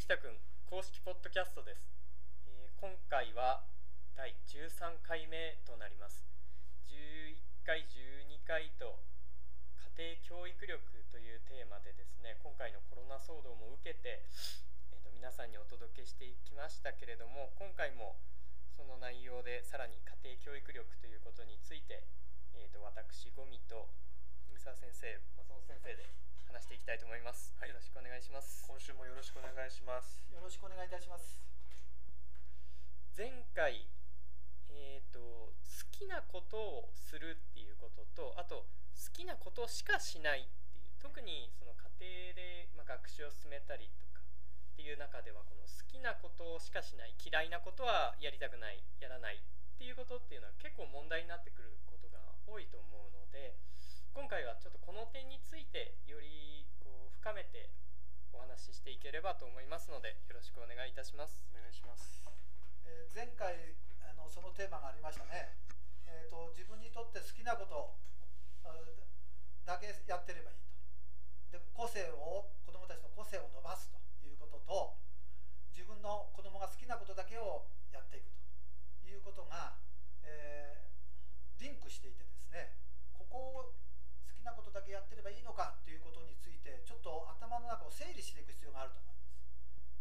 関田くん公式ポッドキャストです。今回は第13回目となります。11回12回と家庭教育力というテーマでですね、今回のコロナ騒動も受けて、皆さんにお届けしていきましたけれども、今回もその内容でさらに家庭教育力ということについて、私ゴミと三沢先生、松本先生で話していきたいと思います。よろしくお願いします。 今週もよろしくお願いします。 よろしくお願いいたします。 前回、好きなことをするっていうことと、あと好きなことしかしないっていう、特にその家庭で、学習を進めたりとかっていう中では、この好きなことしかしない、嫌いなことはやりたくない、やらないっていうことっていうのは結構問題になってくることが多いと思うので、今回はちょっとこの点についてより深めてお話ししていければと思いますので、よろしくお願いいたします。 お願いします。 前回そのテーマがありましたね。自分にとって好きなことだけやってればいいと。で、子供たちの個性を伸ばすということと、自分の子供が好きなことだけをやっていくということが、リンクしていてですね、ここを好きなことだけやってればいいのかということについて、ちょっと頭の中を整理していく必要があると思います。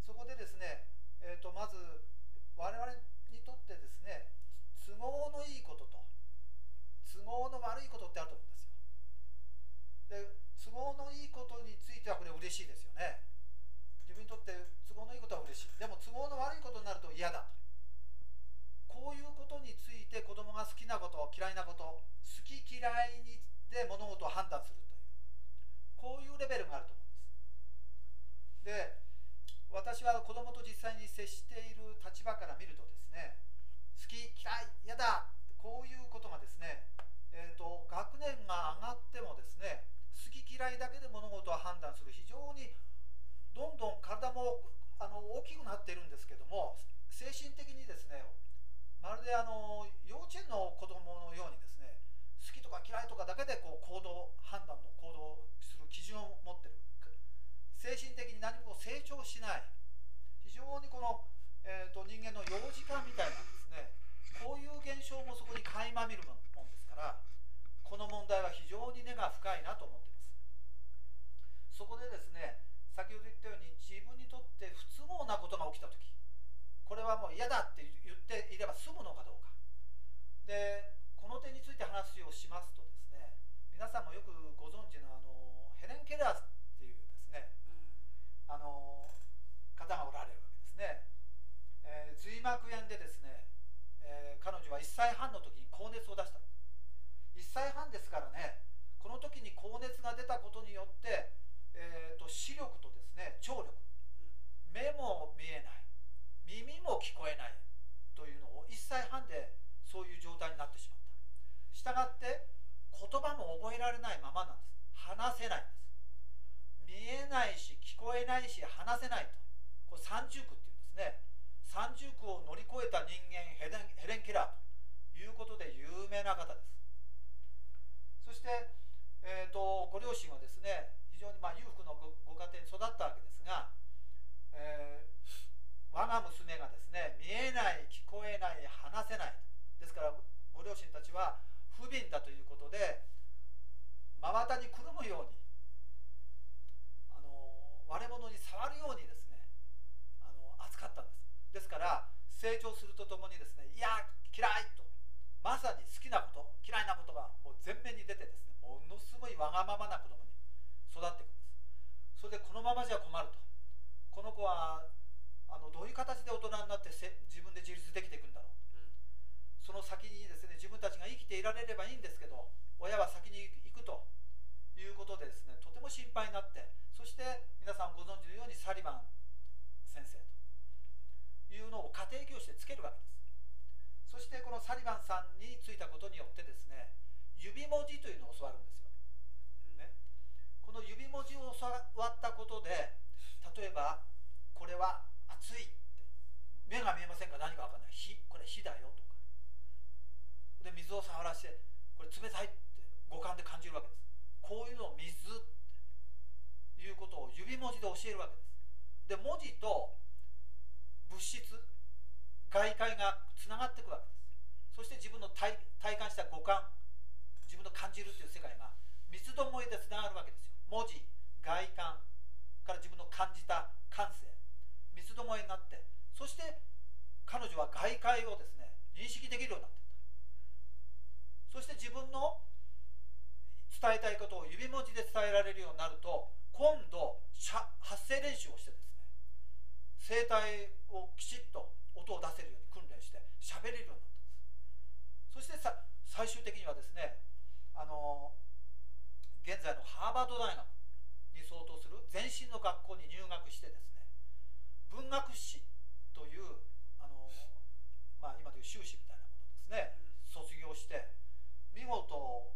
そこでですね、まず我々にとってですね、都合のいいことと都合の悪いことってあると思うんですよ。で、都合のいいことについてはこれ嬉しいですよね。自分にとって都合のいいことは嬉しい。でも都合の悪いことになると嫌だと。こういうことについて子供が好きなこと、嫌いなこと、好き嫌いで物事を判断するという、こういうレベルがあると思うんです。で、私は子供と実際に接している立場から見るとですね、好き嫌い嫌だ、こういうことがですね、学年が上がってもですね、好き嫌いだけで物事を判断する、非常にどんどん体も大きくなっているんですけども、精神的にですね、まるで幼稚園の子供のようにですね、好きとか嫌いとかだけで判断の行動する基準を持っている。精神的に何も成長しない、非常にこの、人間の幼児化みたいなですね、こういう現象もそこに垣間見るもんですから、この問題は非常に根が深いなと思っています。そこでですね、先ほど言ったように、自分にとって不都合なことが起きたとき、これはもう嫌だって言っていれば済むのかどうか。で、この点について話をしますとですね、皆さんもよくご存知のヘレン・ケラーっていうですね、方がおられるわけですね。髄膜炎でですね、彼女は1歳半の時に高熱を出した。1歳半ですからね、この時に高熱が出たことによって、視力とですね、聴力、目も見えない、耳も聞こえないというのを1歳半でそういう状態になってしまった。したがって言葉も覚えられないままなんです。話せないんです。見えないし聞こえないし話せないと、これ三重苦っていうんですね。三重苦を乗り越えた人間、ヘレン・ケラーということで有名な方です。そして、ご両親はですね、非常に裕福のご家庭に育ったわけですが、我が娘がですね、見えない、聞こえない、話せない、ですからご両親たちは不憫だということで、真綿にくるむように、割れ物に触るようにですね、扱ったんです。ですから成長するとともにですね、いや嫌いと、まさに好きなこと嫌いなことがもう前面に出てですね、ものすごいわがままな子供に育っていくんです。それでこのままじゃ困ると、この子はどういう形で大人になって自分で自立できていくんだろう、その先にですね、自分たちが生きていられればいいんですけど、親は先に行くということでですね、とても心配になって、そして皆さんご存知のようにサリバン先生というのを家庭教師でつけるわけです。そしてこのサリバンさんについたことによってですね、指文字というのを教わるんですよ、ね、この指文字を教わったことで、例えばこれは熱いって、目が見えませんから何か分からない、これ火だよとかで、水を触らせてこれ冷たいって五感で感じるわけです。こういうのを水っていうことを指文字で教えるわけです。 で文字と物質外界がつながっていくわけです。そして自分の体感した五感、自分の感じるという世界が三つどもえでつながるわけですよ。文字、外観から自分の感じた感性、三つどもえになって、そして彼女は外界をですね認識できるようになっていった。そして自分の伝えたいことを指文字で伝えられるようになると、今度発声練習をしてですね、声帯をきちっと音を出せるように訓練して喋れるようになったんです。そして最終的にはですね、現在のハーバード大学に相当する前身の学校に入学してですね、文学史という今でいう修士みたいなものですね、卒業して見事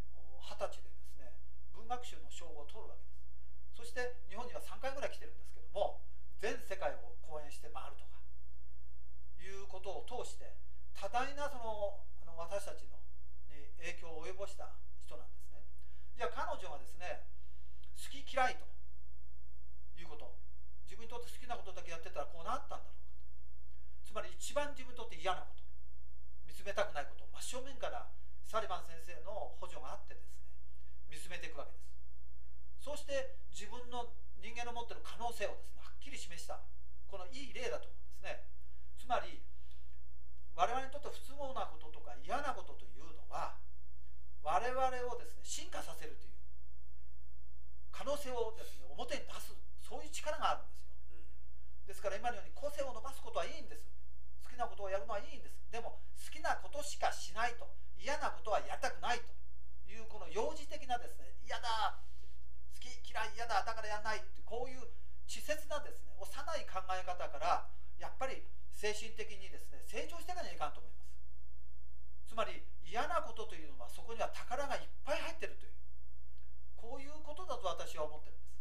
20歳でですね文学賞の賞を取るわけです。そして日本には3回ぐらい来てるんですけども、全世界を講演して回るとかいうことを通して多大な私たちのに影響を及ぼした人なんですね。じゃあ彼女がですね好き嫌いということ、自分にとって好きなことだけやってたらこうなったんだろうかと。つまり一番自分にとって嫌なこと、見つめたくないことを真正面からサリバン先生の補助があってですね見つめていくわけです。そうして自分の人間の持っている可能性をですねはっきり示した、このいい例だと思うんですね。つまり我々にとって不都合なこととか嫌なことというのは我々をですね進化させるという可能性をですね表に出す、そういう力があるんですよ。ですから今のように個性を伸ばすことはいいんです。好きなことをやるのはいいんです。でも好きなことしかしないと、嫌なことはやりたくないというこの幼児的なですね、嫌だ、好き嫌い嫌だだからやらないってこういう稚拙なですね幼い考え方からやっぱり精神的にですね成長していかないといかんと思います。つまり嫌なことというのはそこには宝がいっぱい入っているという、こういうことだと私は思ってるんです。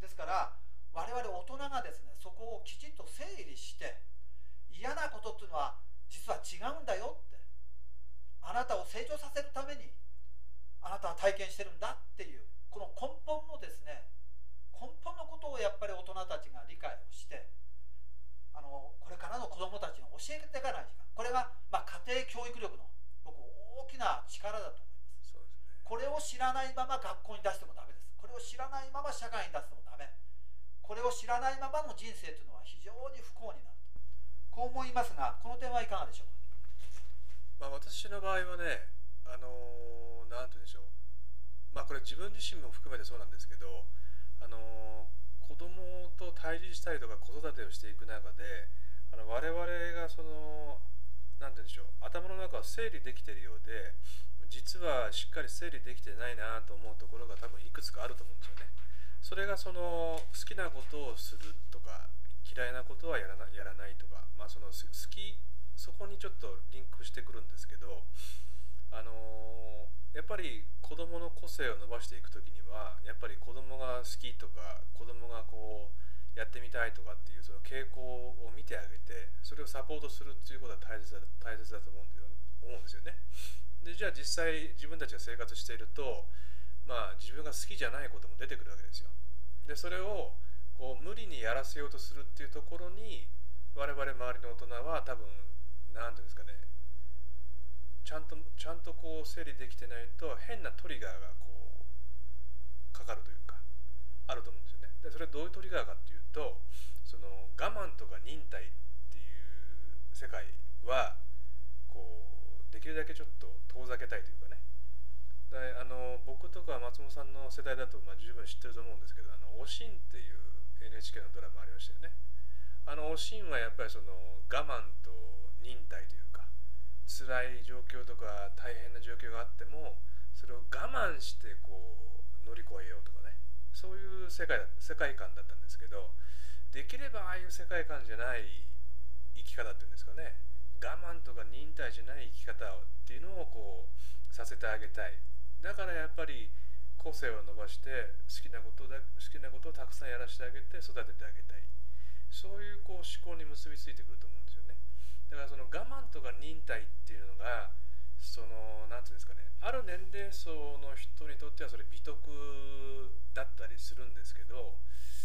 ですから我々大人がですねそこをきちっと整理して、嫌なことっていうのは実は違うんだよって、あなたを成長させるためにあなたは体験してるんだっていうこの根本のですね根本のことをやっぱり大人たちが理解をして、これからの子どもたちに教えていかないといけない。これが、家庭教育力の僕大きな力だと思います。 そうですね。 これを知らないまま学校に出してもダメです。これを知らないまま社会に出してもダメ。これを知らないままの人生というのは非常に不幸になると、こう思いますが、この点はいかがでしょうか。 私の場合はね、なんて言うんでしょう、これ自分自身も含めてそうなんですけど、子供と対峙したりとか子育てをしていく中で、我々がなんて言うんでしょう、頭の中を整理できているようで、実はしっかり整理できてないなと思うところが多分いくつかあると思うんですよね。それが好きなことをするとか嫌いなことはやらないとか、そこにちょっとリンクしてくるんですけど、やっぱり子どもの個性を伸ばしていくときにはやっぱり子どもが好きとか子どもがこうやってみたいとかっていうその傾向を見てあげて、それをサポートするっていうことは大切だと思うんですよね。でじゃあ実際自分たちが生活していると、自分が好きじゃないことも出てくるわけですよ。でそれをこう無理にやらせようとするっていうところに我々周りの大人は多分何ていうんですかね、ちゃんとこう整理できてないと変なトリガーがこうかかるというかあると思うんですよね。でそれどういうトリガーかっていうと、我慢とか忍耐っていう世界はこうできるだけちょっと遠ざけたいというかね。で僕とか松本さんの世代だと十分知ってると思うんですけど、おしんっていう NHK のドラマありましたよね。おしんはやっぱり我慢と忍耐というか、辛い状況とか大変な状況があってもそれを我慢してこう乗り越えようとかね、そういう世界観だったんですけど、できればああいう世界観じゃない生き方っていうんですかね、我慢とか忍耐じゃない生き方っていうのをこうさせてあげたい。だからやっぱり個性を伸ばして好きなことをたくさんやらせてあげて育ててあげたい、そういうこう思考に結びついてくると思うんですよね。だから我慢とか忍耐っていうのがなんていうんですかね、ある年齢層の人にとってはそれ美徳だったりするんですけど、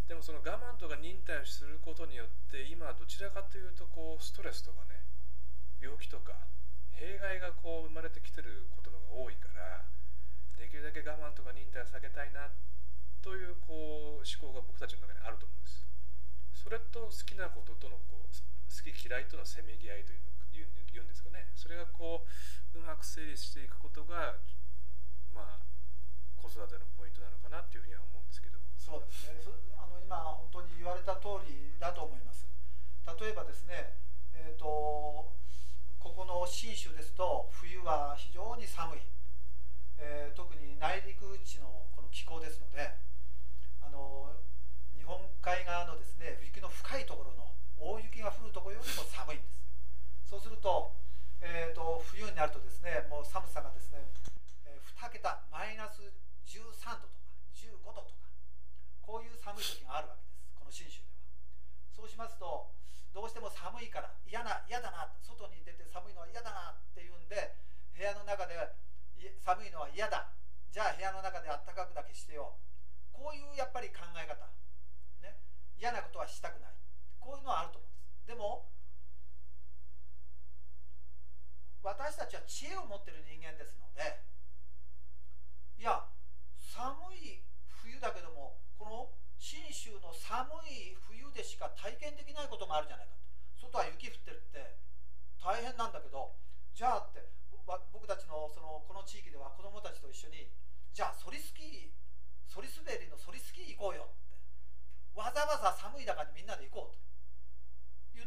でもその我慢とか忍耐をすることによって今どちらかというとこうストレスとかね、病気とか弊害がこう生まれてきてることのが多いから、できるだけ我慢とか忍耐を避けたいなというこう思考が僕たちの中にあると思うんです。それと好きなこととのこう好き嫌いとのせめぎ合いというの言うんですかね。それがこううまく整理していくことがまあ子育てのポイントなのかなっていうふうには思うんですけど。 そうですね。今本当に言われた通りだと思います。例えばですね、ここの信州ですと冬は非常に寒い、特に内陸地のこの気候ですので、日本海側のですね雪の深いところの大雪が降るところよりも寒いんです。そうすると、冬になるとですね、もう寒さがですね、2桁マイナス13度とか15度とか、こういう寒い時があるわけです、この信州では。そうしますと、どうしても寒いから嫌だな、外に出て寒いのは嫌だなっていうんで、部屋の中で寒いのは嫌だ、じゃあ部屋の中であったかくだけしてよう、こういうやっぱり考え方、ね、嫌なことはしたくない、こういうのはあると思うんです。でも私たちは知恵を持っている人間ですので、いや寒い冬だけどもこの信州の寒い冬でしか体験できないことがあるじゃないかと。外は雪降ってるって大変なんだけど、じゃあって僕たちのこの地域では子どもたちと一緒に、じゃあソリ滑りのソリスキー行こうよって、わざわざ寒い中にみんなで行こうと言って、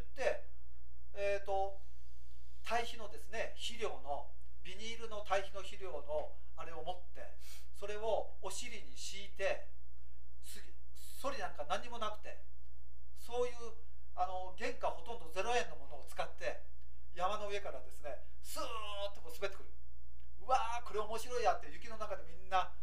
堆肥のですね肥料のビニールの堆肥の肥料のあれを持って、それをお尻に敷いて、ソリなんか何にもなくて、そういう原価ほとんど0円のものを使って山の上からですねスーッとこう滑ってくる。うわーこれ面白いやって、雪の中でみんな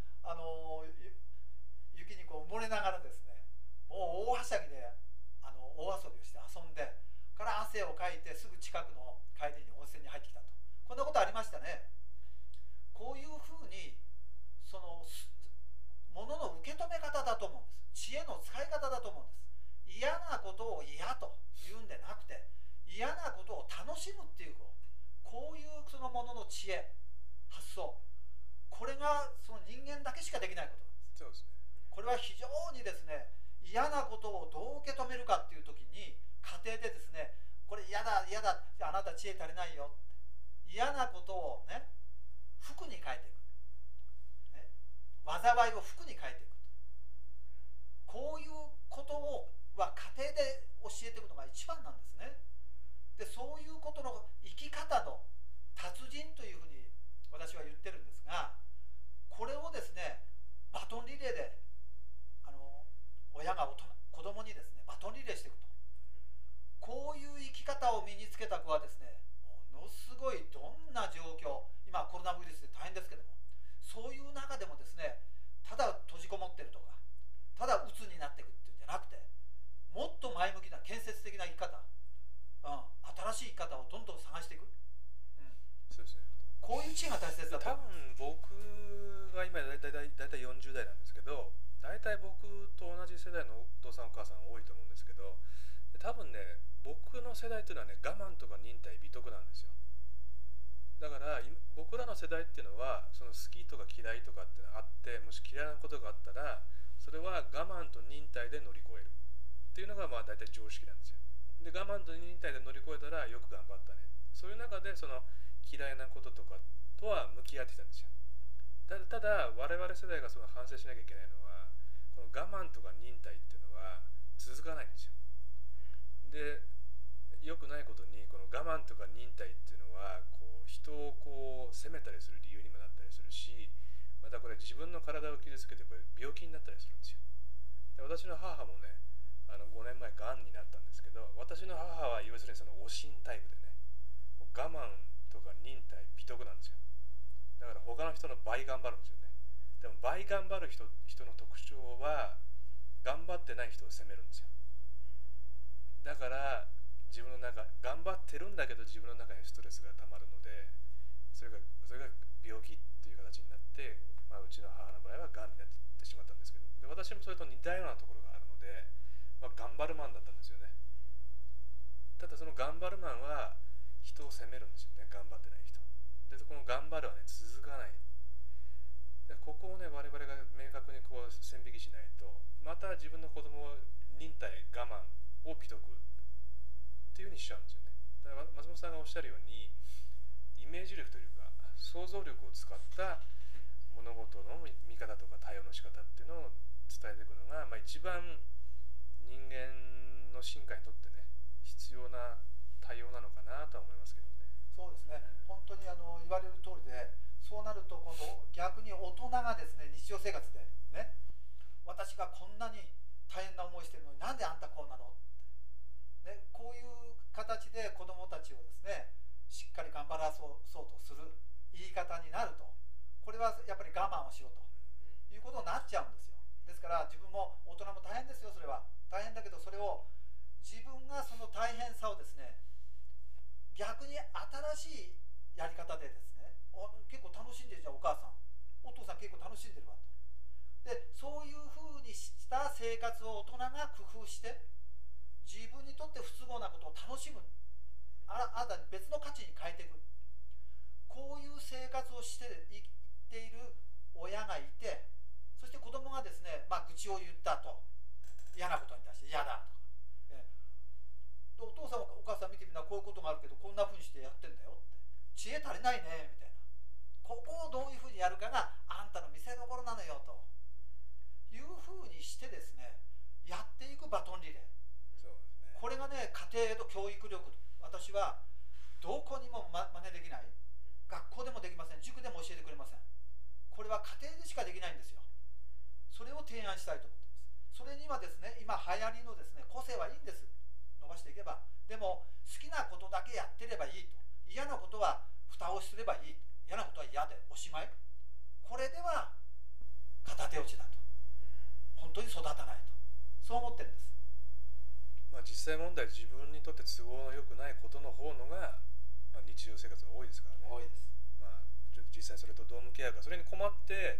雪にこう埋もれながらですね、もう大はしゃぎで大遊びをして遊んでから汗をかいて、すぐ近くの帰りに温泉に入ってきたと、こんなことありましたね。こういうふうにものの受け止め方だと思うんです。知恵の使い方だと思うんです。嫌なことを嫌と言うんでなくて、嫌なことを楽しむっていう、こういうそのものの知恵、発想、これがその人間だけしかできないことなんです。 そうですね。これは非常にですね、嫌なことをどう受け止めるかっていう時に、家庭でですね、これ嫌だあなた知恵足りないよって、嫌なことをね福に変えていく、ね、災いを福に変えていく、こういうことをは家庭で教えていくのが一番なんですね。でそういうことの生き方の達人というふうに私は言ってるんですが、これをですねバトンリレーで親が子供にですねバトンリレーしていくと、こういう生き方を身につけた子はですね、ものすごいどんな状況、今コロナウイルスで大変ですけども、そういう中でもですね、ただ閉じこもってるとか、ただ鬱になっていくっていうんじゃなくて、もっと前向きな建設的な生き方、新しい生き方をどんどん探していく、 そうですね。 こういう知恵が大切だと多思う。 分僕が今だいたい40代なんですけど、だいたい僕と同じ世代のお父さんお母さん多いと思うんですけど、多分ね僕の世代っていうのはね我慢とか忍耐美徳なんですよ。だから僕らの世代っていうのはその好きとか嫌いとかってあって、もし嫌いなことがあったらそれは我慢と忍耐で乗り越えるっていうのがまあ大体常識なんですよ。で我慢と忍耐で乗り越えたらよく頑張ったね、そういう中でその嫌いなこととかとは向き合ってきたんですよ。ただ我々世代がその反省しなきゃいけないのは、この我慢とか忍耐っていうのは続かないんですよ。で良くないことにこの我慢とか忍耐っていうのはこう人をこう責めたりする理由にもなったりするし、またこれ自分の体を傷つけてこれ病気になったりするんですよ。で私の母もね5年前がんになったんですけど、私の母は要するにそのおしんタイプでね、我慢とか忍耐美徳なんですよ。だから他の人の倍頑張るんですよね。でも倍頑張る人の特徴は頑張ってない人を責めるんですよ。だから自分の中頑張ってるんだけど自分の中にストレスがたまるので、それが病気っていう形になって、うちの母の場合はがんになってしまったんですけど、で私もそれと似たようなところがあるので、頑張るマンだったんですよね。ただその頑張るマンは人を責めるんですよね、頑張ってない人で。この頑張るはね続かない。でここをね我々が明確にこう線引きしないと、また自分の子供を忍耐我慢を美徳っていう風にしちゃうんですよね。だから松本さんがおっしゃるように、イメージ力というか想像力を使った物事の見方とか対応の仕方っていうのを伝えていくのが、一番人間の進化にとってね必要な対応なのかなとは思いますけどね。 そうですね、本当に言われる通りで、そうなると今度逆に大人がですね、日常生活でね、私がこんなに大変な思いしてるのになんであんたこうなのって、ね、こういう形で子どもたちをですねしっかり頑張らそうとする言い方になると、これはやっぱり我慢をしろということになっちゃうんですよ。ですから自分も大人も大変ですよ、それは大変だけど、それを自分がその大変さをですね逆に新しいやり方でですね、結構楽しんでるじゃんお母さん、お父さん結構楽しんでるわと。でそういうふうにした生活を大人が工夫して自分にとって不都合なことを楽しむ、新たに別の価値に変えていく、こういう生活をしていっている親がいて、そして子供がですね、愚痴を言ったと、嫌なことに対して嫌だとか、お父さんお母さん見てみんなこういうことがあるけどこんなふうにしてやってんだよって、知恵足りないねみたいな、ここをどういうふうにやるかがあんたの見せ所なのよというふうにしてですねやっていくバトンリレー。 そうですね。 これがね家庭と教育力、私はどこにも真似できない、学校でもできません、塾でも教えてくれません。これは家庭でしかできないんですよ。それを提案したいと思っています。それにはですね今流行りのですね個性はいいんです、伸ばしていけば。でも好きなことだけやってればいいと、嫌なことは蓋をすればいい、嫌なことは嫌でおしまい、これでは片手落ちだと、本当に育たないと、そう思ってるんです。 実際問題、自分にとって都合の良くないことの方のが、日常生活が多いですからね。 多いです。 実際それとどう向き合うか、それに困って、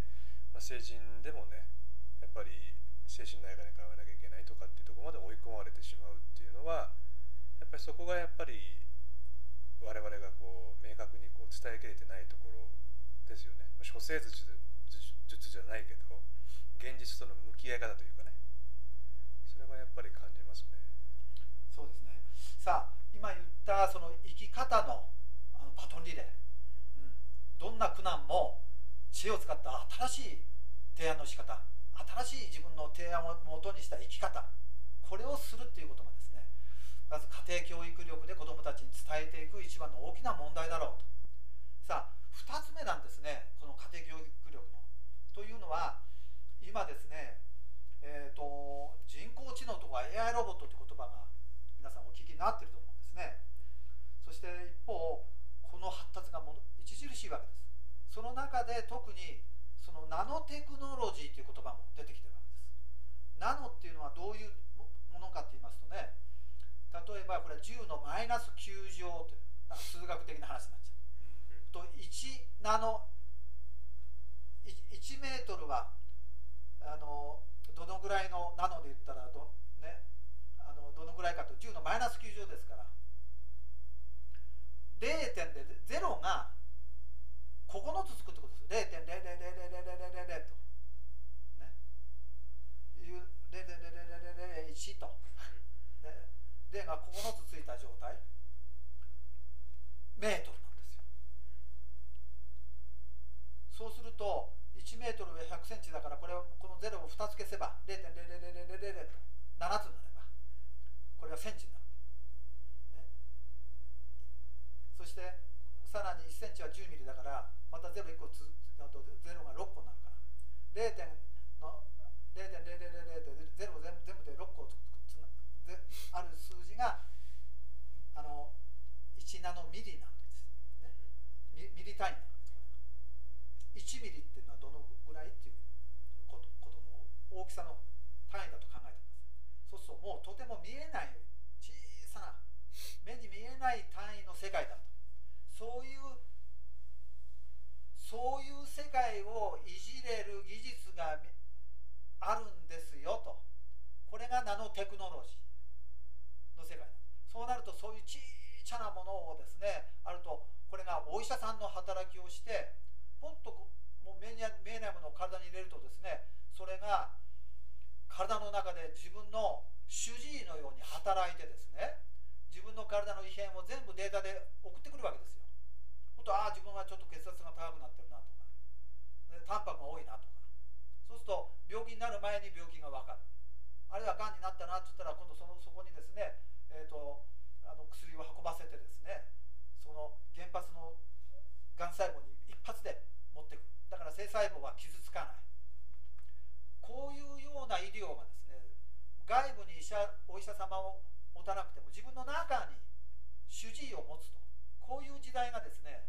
成人でもねやっぱり精神内科に通わなきゃいけないとかっていうところまで追い込まれてしまうっていうのは、やっぱりそこがやっぱり我々がこう明確にこう伝えきれてないところですよね。処世術じゃないけど現実との向き合い方というかね、それはやっぱり感じますね。 そうですね。さあ今言ったその生き方のバトンリレー、どんな苦難も知恵を使った新しい提案の仕方、新しい自分の提案をもとにした生き方、これをするっていうことがですね、まず家庭教育力で子どもたちに伝えていく一番の大きな問題だろうと。さあ2つ目なんですね、この家庭教育力のというのは、今ですね、人工知能とか AI ロボットという言葉が皆さんお聞きになっていると思うんですね。そして一方この発達が著しいわけです。その中で特にそのナノテクノロジーという言葉も出てきているわけです。ナノっていうのはどういうものかと言いますとね、例えばこれは10のマイナス9乗というなんか数学的な話になっちゃうと、1ナノ1メートルはどのぐらいのナノで言ったらどのぐらいかと、10のマイナス9乗ですから、0点で0が9つつくってことです。 0.0000000 とねいう0.00001と、0が9つついた状態、メートルなんですよ。そうすると1メートル上100センチだから、この0を2つ消せば 0.00000 と7つになればこれがセンチになる、ね、そしてさらに1センチは10ミリだから、また0 1個0が6個になるから、0.00000で0全部で6個ある数字が1ナノミリなんです、ね、ミリ単位なんです。1ミリっていうのはどのぐらいっていうことの大きさの単位だと考えてください。そうするともうとても見えない小さな目に見えない単位の世界だと、そういう世界をいじれる技術があるんですよと、これれがナノテクノロジーの世界なんです。そうなるとそういう小さなものをですねあると、これがお医者さんの働きをして、ポッともう見えないものを体に入れるとですね、それが体の中で自分の主治医のように働いてですね、自分の体の異変を全部データで送ってくるわけですよ。ほんと、自分はちょっと血圧が高くなってるなとか、タンパクが多いなとか、そうすると病気になる前に病気が分かる。あるいはがんになったなって言ったら、今度そこにですね、薬を運ばせてですね、その原発のがん細胞に一発で持ってくる。だから性細胞は傷つかない。こういうような医療がですね、外部にお医者様を持たなくても自分の中に主治医を持つと、こういう時代がですね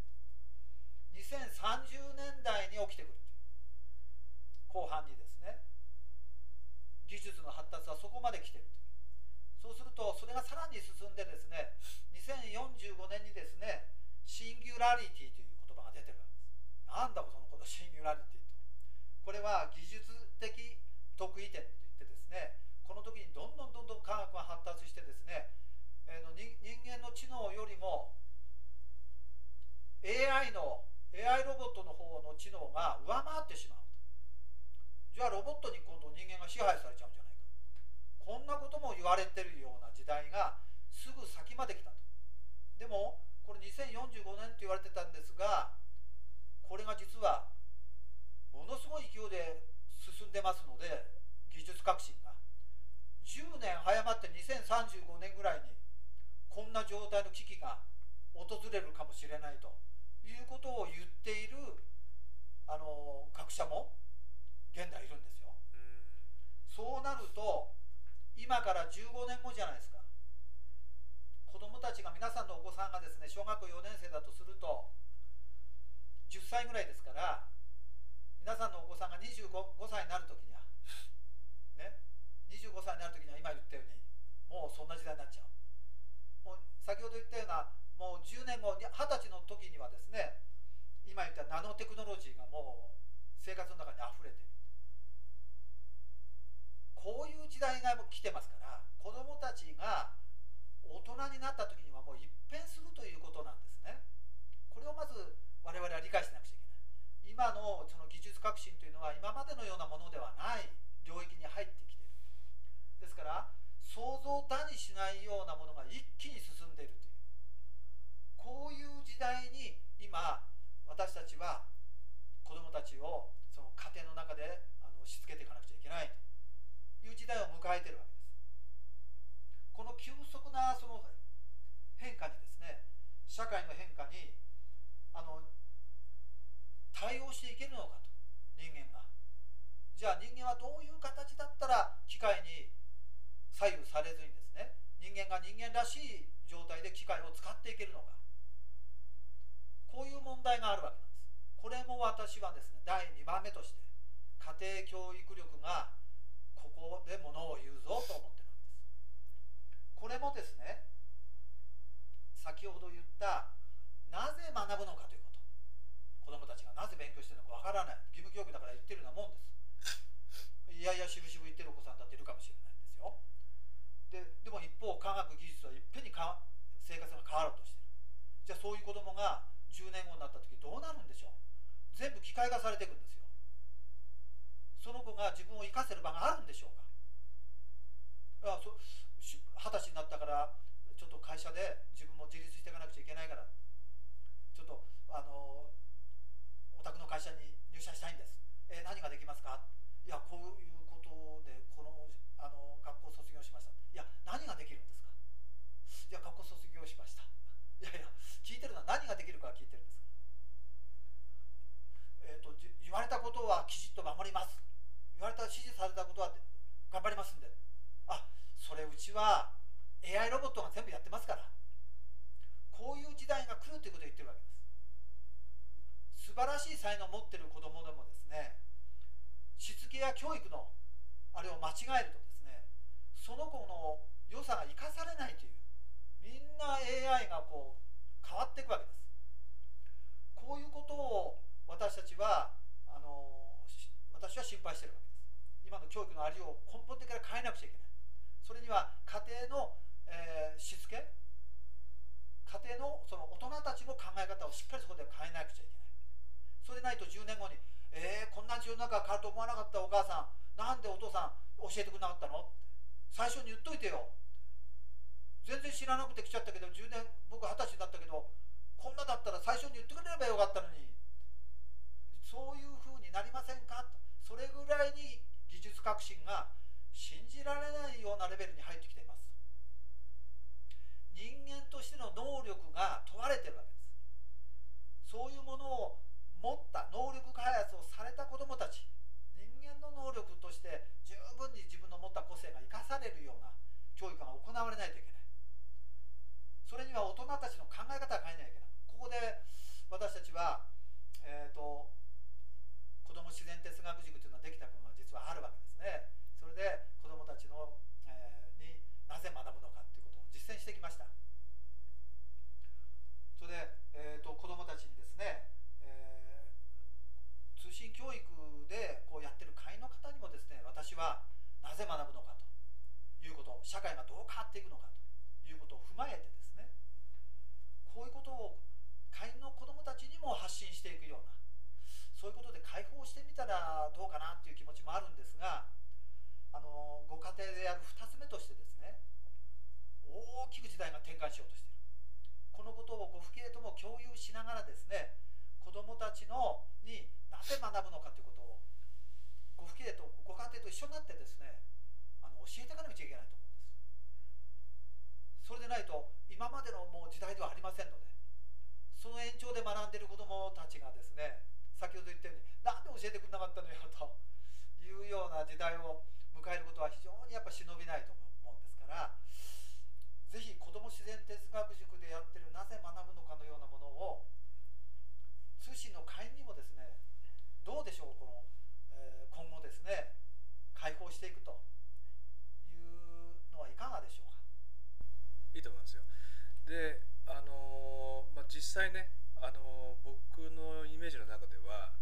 2030年代に起きてくるという後半にですね、技術の発達はそこまで来ているという。そうするとそれがさらに進んでですね、2045年にですねシンギュラリティという言葉が出てるわけです。なんだそのことシンギュラリティと。これは技術的特異点といってですね、この時にどんどん科学が発達してですね、人間の知能よりも AI ロボットの方の知能が上回ってしまうと。じゃあロボットに今度人間が支配されちゃうんじゃないか、こんなことも言われてるような時代がすぐ先まで来たと。でもこれ2045年と言われてたんですが、これが実はものすごい勢いで進んでますので、技術革新が10年早まって2035年ぐらいにこんな状態の危機が訪れるかもしれないということを言っている学者も現代いるんですよ。そうなると今から15年後じゃないですか。子どもたちが、皆さんのお子さんがですね小学校4年生だとすると10歳ぐらいですから、皆さんのお子さんが25歳になるときにはね、25歳になるときには今言ったようにもうそんな時代になっちゃう。もう先ほど言ったようなもう10年後20歳の時にはですね、今言ったナノテクノロジーがもう生活の中にあふれている。こういう時代が来てますから、子どもたちが大人になった時にはもう一変するということなんですね。これをまず我々は理解しなくちゃいけない。今のその技術革新というのは今までのようなものではない領域に入ってきている。ですから想像だにしないようなものが一気に進んでいるという、こういう時代に今私たちは子どもたちをその家庭の中でしつけていかなくちゃいけないという時代を迎えているわけです。この急速なその変化にですね、社会の変化に対応していけるのかと。人間がじゃあ人間はどういう形だったら機械に左右されずにですね、人間が人間らしい状態で機械を使っていけるのか、こういう問題があるわけなんです。これも私はですね第2番目として家庭教育力がここでものを言うぞと思っているわけです。これもですね、先ほど言ったなぜ学ぶのかということ、子どもたちがなぜ勉強してるのかわからない、義務教育だから言ってるようなもんです。いやいやしぶしぶ言ってるお子さんだっているかもしれないんですよ。でも一方科学技術はいっぺんに生活が変わろうとしている。じゃあそういう子どもが10年後になった時どうなるんでしょう。全部機械化されていくんですよ。その子が自分を生かせる場があるんでしょうか。20歳になったからちょっと会社で自分も自立していかなくちゃいけないからちょっとお宅の会社に入社したいんです。何ができますか。いやこういうことでこの学校卒業しました。いや何ができるんですか。いや学校卒業しました。いやいや聞いてるのは何ができるか聞いてるんです。言われたことはきちっと守ります。言われた指示されたことは頑張りますんで。それうちは AI ロボットが全部やってますから。こういう時代が来るということを言ってるわけです。素晴らしい才能を持っている子どもでもですね、しつけや教育のあれを間違えるとですね、その子の良さが生かされないという、みんな AI がこう変わっていくわけです。こういうことを私たちは私は心配しているわけです。今の教育のありを根本的から変えなくちゃいけない。 が変わると思わなかった。お母さん、なんでお父さん教えてくれなかったの？最初に言っといてよ。全然知らなくて来ちゃったけど、10年、僕20歳だったけど、こんなだったら最初に言ってくれればよかったのに。そういう風になりませんかと。それぐらいに技術革新が信じられないようなレベルに入ってきています。人間としての能力が問われているわけです。そういうものを持った能力開発をされた子どもたち、人間の能力として十分に自分の持った個性が生かされるような教育が行われないといけない。それには大人たちの考え方を変えないといけない。ここで私たちは、子ども自然哲学塾というのができたのは実はあるわけですね。それで子どもたちの、になぜ学ぶのかということを実践してきました。それで、子どもたちにですね、通信教育でこうやってる会員の方にもですね、私はなぜ学ぶのかということ、社会がどう変わっていくのかということを踏まえてですね、こういうことを会員の子どもたちにも発信していくような、そういうことで解放してみたらどうかなという気持ちもあるんですが、ご家庭でやる2つ目としてですね、大きく時代が転換しようとしている。このことをご父兄とも共有しながらですね、子どもたちになぜ学ぶのかということをご父兄とご家庭と一緒になってですね、教えていかなくちゃいけないと思うんです。それでないと今までのもう時代ではありませんので、その延長で学んでいる子どもたちがですね、先ほど言ったようになんで教えてくれなかったのよというような時代を迎えることは非常にやっぱ忍びないと思うんですから、ぜひ子ども自然哲学塾でやってるなぜ学ぶのかのようなものを通信の会員にもですね、どうでしょう、今後ですね、開放していくというのはいかがでしょうか。 いいと思いますよ。で、実際ね、僕のイメージの中では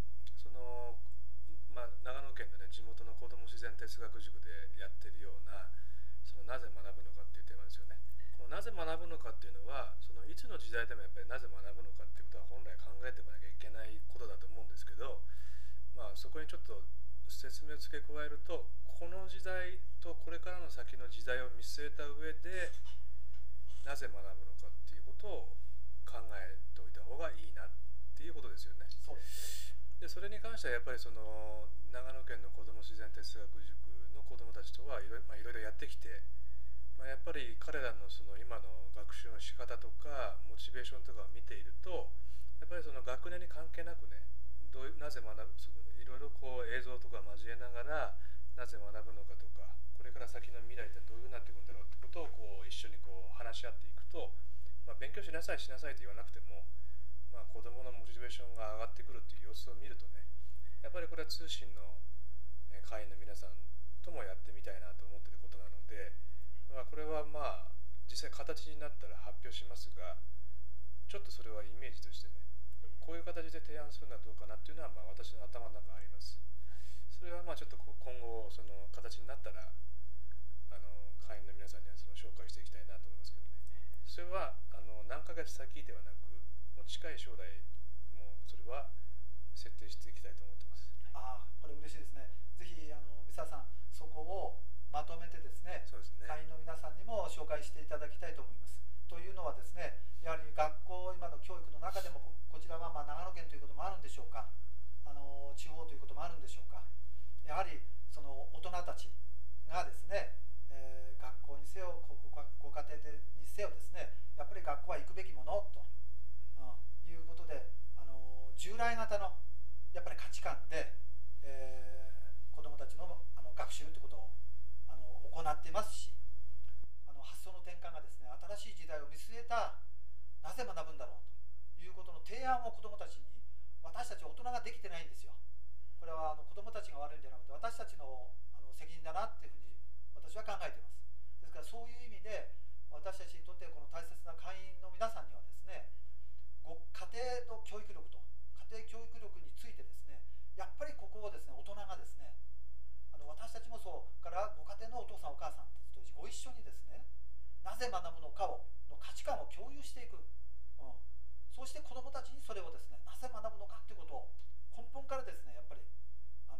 長野県のね、地元の子ども自然哲学塾でやってるようななぜ学ぶのかっていうテーマですよね。このなぜ学ぶのかっていうのは、いつの時代でもやっぱりなぜ学ぶのかっていうことは本来考えておかなきゃいけないことだと思うんですけど、そこにちょっと説明を付け加えると、この時代とこれからの先の時代を見据えた上でなぜ学ぶのかっていうことを考えておいた方がいいなっていうことですよね。 そうです。 でそれに関してはやっぱり長野県の子ども自然哲学塾の子どもたちとはいろいろやってきて、やっぱり彼らの今の学習の仕方とかモチベーションとかを見ていると、やっぱり学年に関係なくね、なぜ学ぶ、いろいろ映像とか交えながらなぜ学ぶのかとか、これから先の未来ってどういうふうになっていくんだろうってことを一緒に話し合っていくと、勉強しなさいと言わなくても、子どものモチベーションが上がってくるっていう様子を見るとね、やっぱりこれは通信の会員の皆さんともやってみたいなと思っていることなので、これは実際形になったら発表しますが、ちょっとそれはイメージとしてね、こういう形で提案するのはどうかなっていうのは私の頭の中あります。それはちょっと今後形になったら会員の皆さんには紹介していきたいなと思いますけどね。それは何ヶ月先ではなく、もう近い将来もそれは設定していきたいと思ってます。 これ嬉しいですね。ぜひミサさん、そこをまとめてですね、 そうですね、 会員の皆さんにも紹介していただきたいと思います。というのはですね、やはり学校、今の教育の中でもこちらは長野県ということもあるんでしょうか、地方ということもあるんでしょうか、やはり大人たちがですね、学校にせよご家庭にせよですね、やっぱり学校は行くべきものと、いうことで、従来型のやっぱり価値観で、子どもたちの学習ということを行っていますし、発想の転換がですね、新しい時代を見据えたなぜ学ぶんだろうということの提案を子どもたちに、私たち大人ができてないんですよ。これは子どもたちが悪いんじゃなくて、私たちの責任だなっていうふうに私は考えています。ですからそういう意味で、私たちにとってこの大切な会員の皆さんにはですね、家庭の教育力と家庭教育力についてですね、やっぱりここをですね、大人がですね、私たちもそうからご家庭のお父さんお母さんたちとご一緒にですね、なぜ学ぶのかの価値観を共有していく、そして子どもたちにそれをですね、なぜ学ぶのかということを根本からですね、やっぱり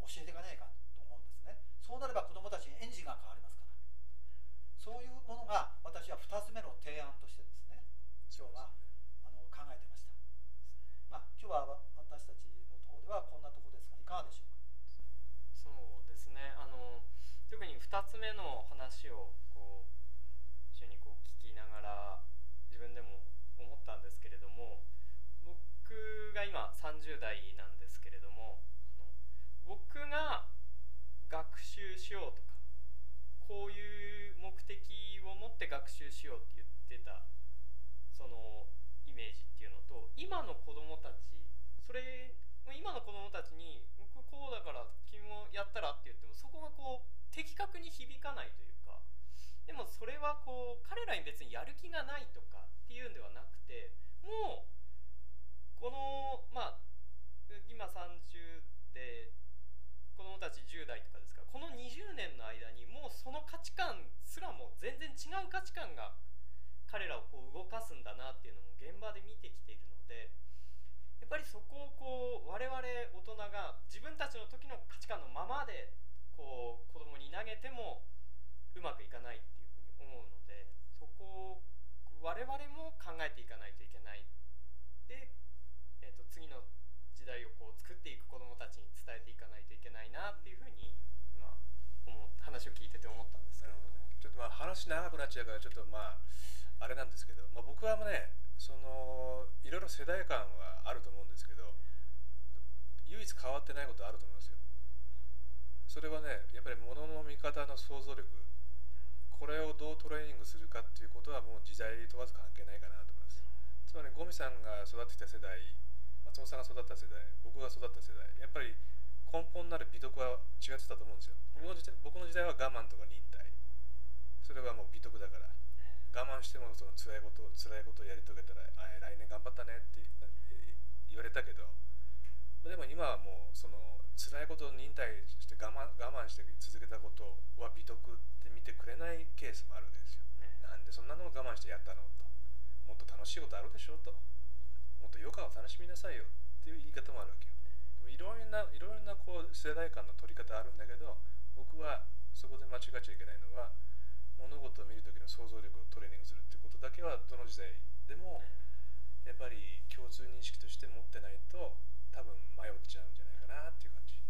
教えていかないかと思うんですね。そうなれば子どもたちにエンジンが変わりますから、そういうものが私は2つ目の提案としてですね、今日は考えてました。今日は私たちのところではこんなところですが、いかがでしょうか。 そうですね、特に2つ目の話を一緒に聞きながら自分でも思ったんですけれども、僕が今30代なんですけれども、僕が学習しようとかこういう目的を持って学習しようって言ってたそのイメージっていうのと、今の子どもたち、今の子どもたちに僕こうだから君もやったらって言っても、そこが的確に響かないというか、でもそれは彼らに別にやる気がないとかっていうんではなくて、もうこの今30で子どもたち10代とかですから、この20年の間にもうその価値観すらも全然違う価値観が彼らを動かすんだなっていうのも現場で見てきているので、やっぱりそこを我々大人が自分たちの時の価値観のままで子供に投げてもうまくいかないっていうふうに思うので、そこを我々も考えていかないといけない。で、次の時代を作っていく子どもたちに伝えていかないといけないなっていうふうに今話を聞いてて思ったんですけれども、 ちょっと話長くなっちゃうからちょっとあれなんですけど、僕はねいろいろ世代間はあると思うんですけど、唯一変わってないことあると思うんですよ。それはね、やっぱり物の見方の想像力、これをどうトレーニングするかっていうことはもう時代問わず関係ないかなと思います。つまりゴミさんが育ってきた世代、松本さんが育った世代、僕が育った世代、やっぱり根本なる美徳は違ってたと思うんですよ。僕の時代は我慢とか忍耐、それはもう美徳だから、我慢してもその辛いことをやり遂げたら来年頑張ったねって言われたけど、でも今はもうその辛いことを忍耐して我慢して続けたことは美徳って見てくれないケースもあるわけですよ。なんでそんなのを我慢してやったのと、もっと楽しいことあるでしょと、もっと余暇を楽しみなさいよっていう言い方もあるわけよ。いろんな世代間の取り方あるんだけど、僕はそこで間違っちゃいけないのは、物事を見る時の想像力をトレーニングするっていうことだけはどの時代でもやっぱり共通認識として持ってないと多分迷っちゃうんじゃないかなっていう感じ。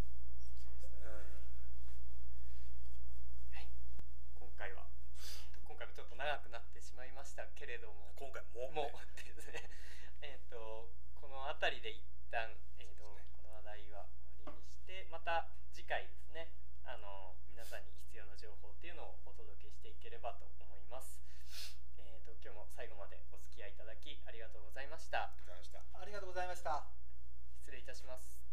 はい、今回もちょっと長くなってしまいましたけれども、 今回もですねこの辺りで一旦、この話題は終わりにして、また次回ですね、皆さんに必要な情報っていうのをお届けしていければと思います。今日も最後までお付き合いいただきありがとうございました。 ありがとうございました。 失礼いたします。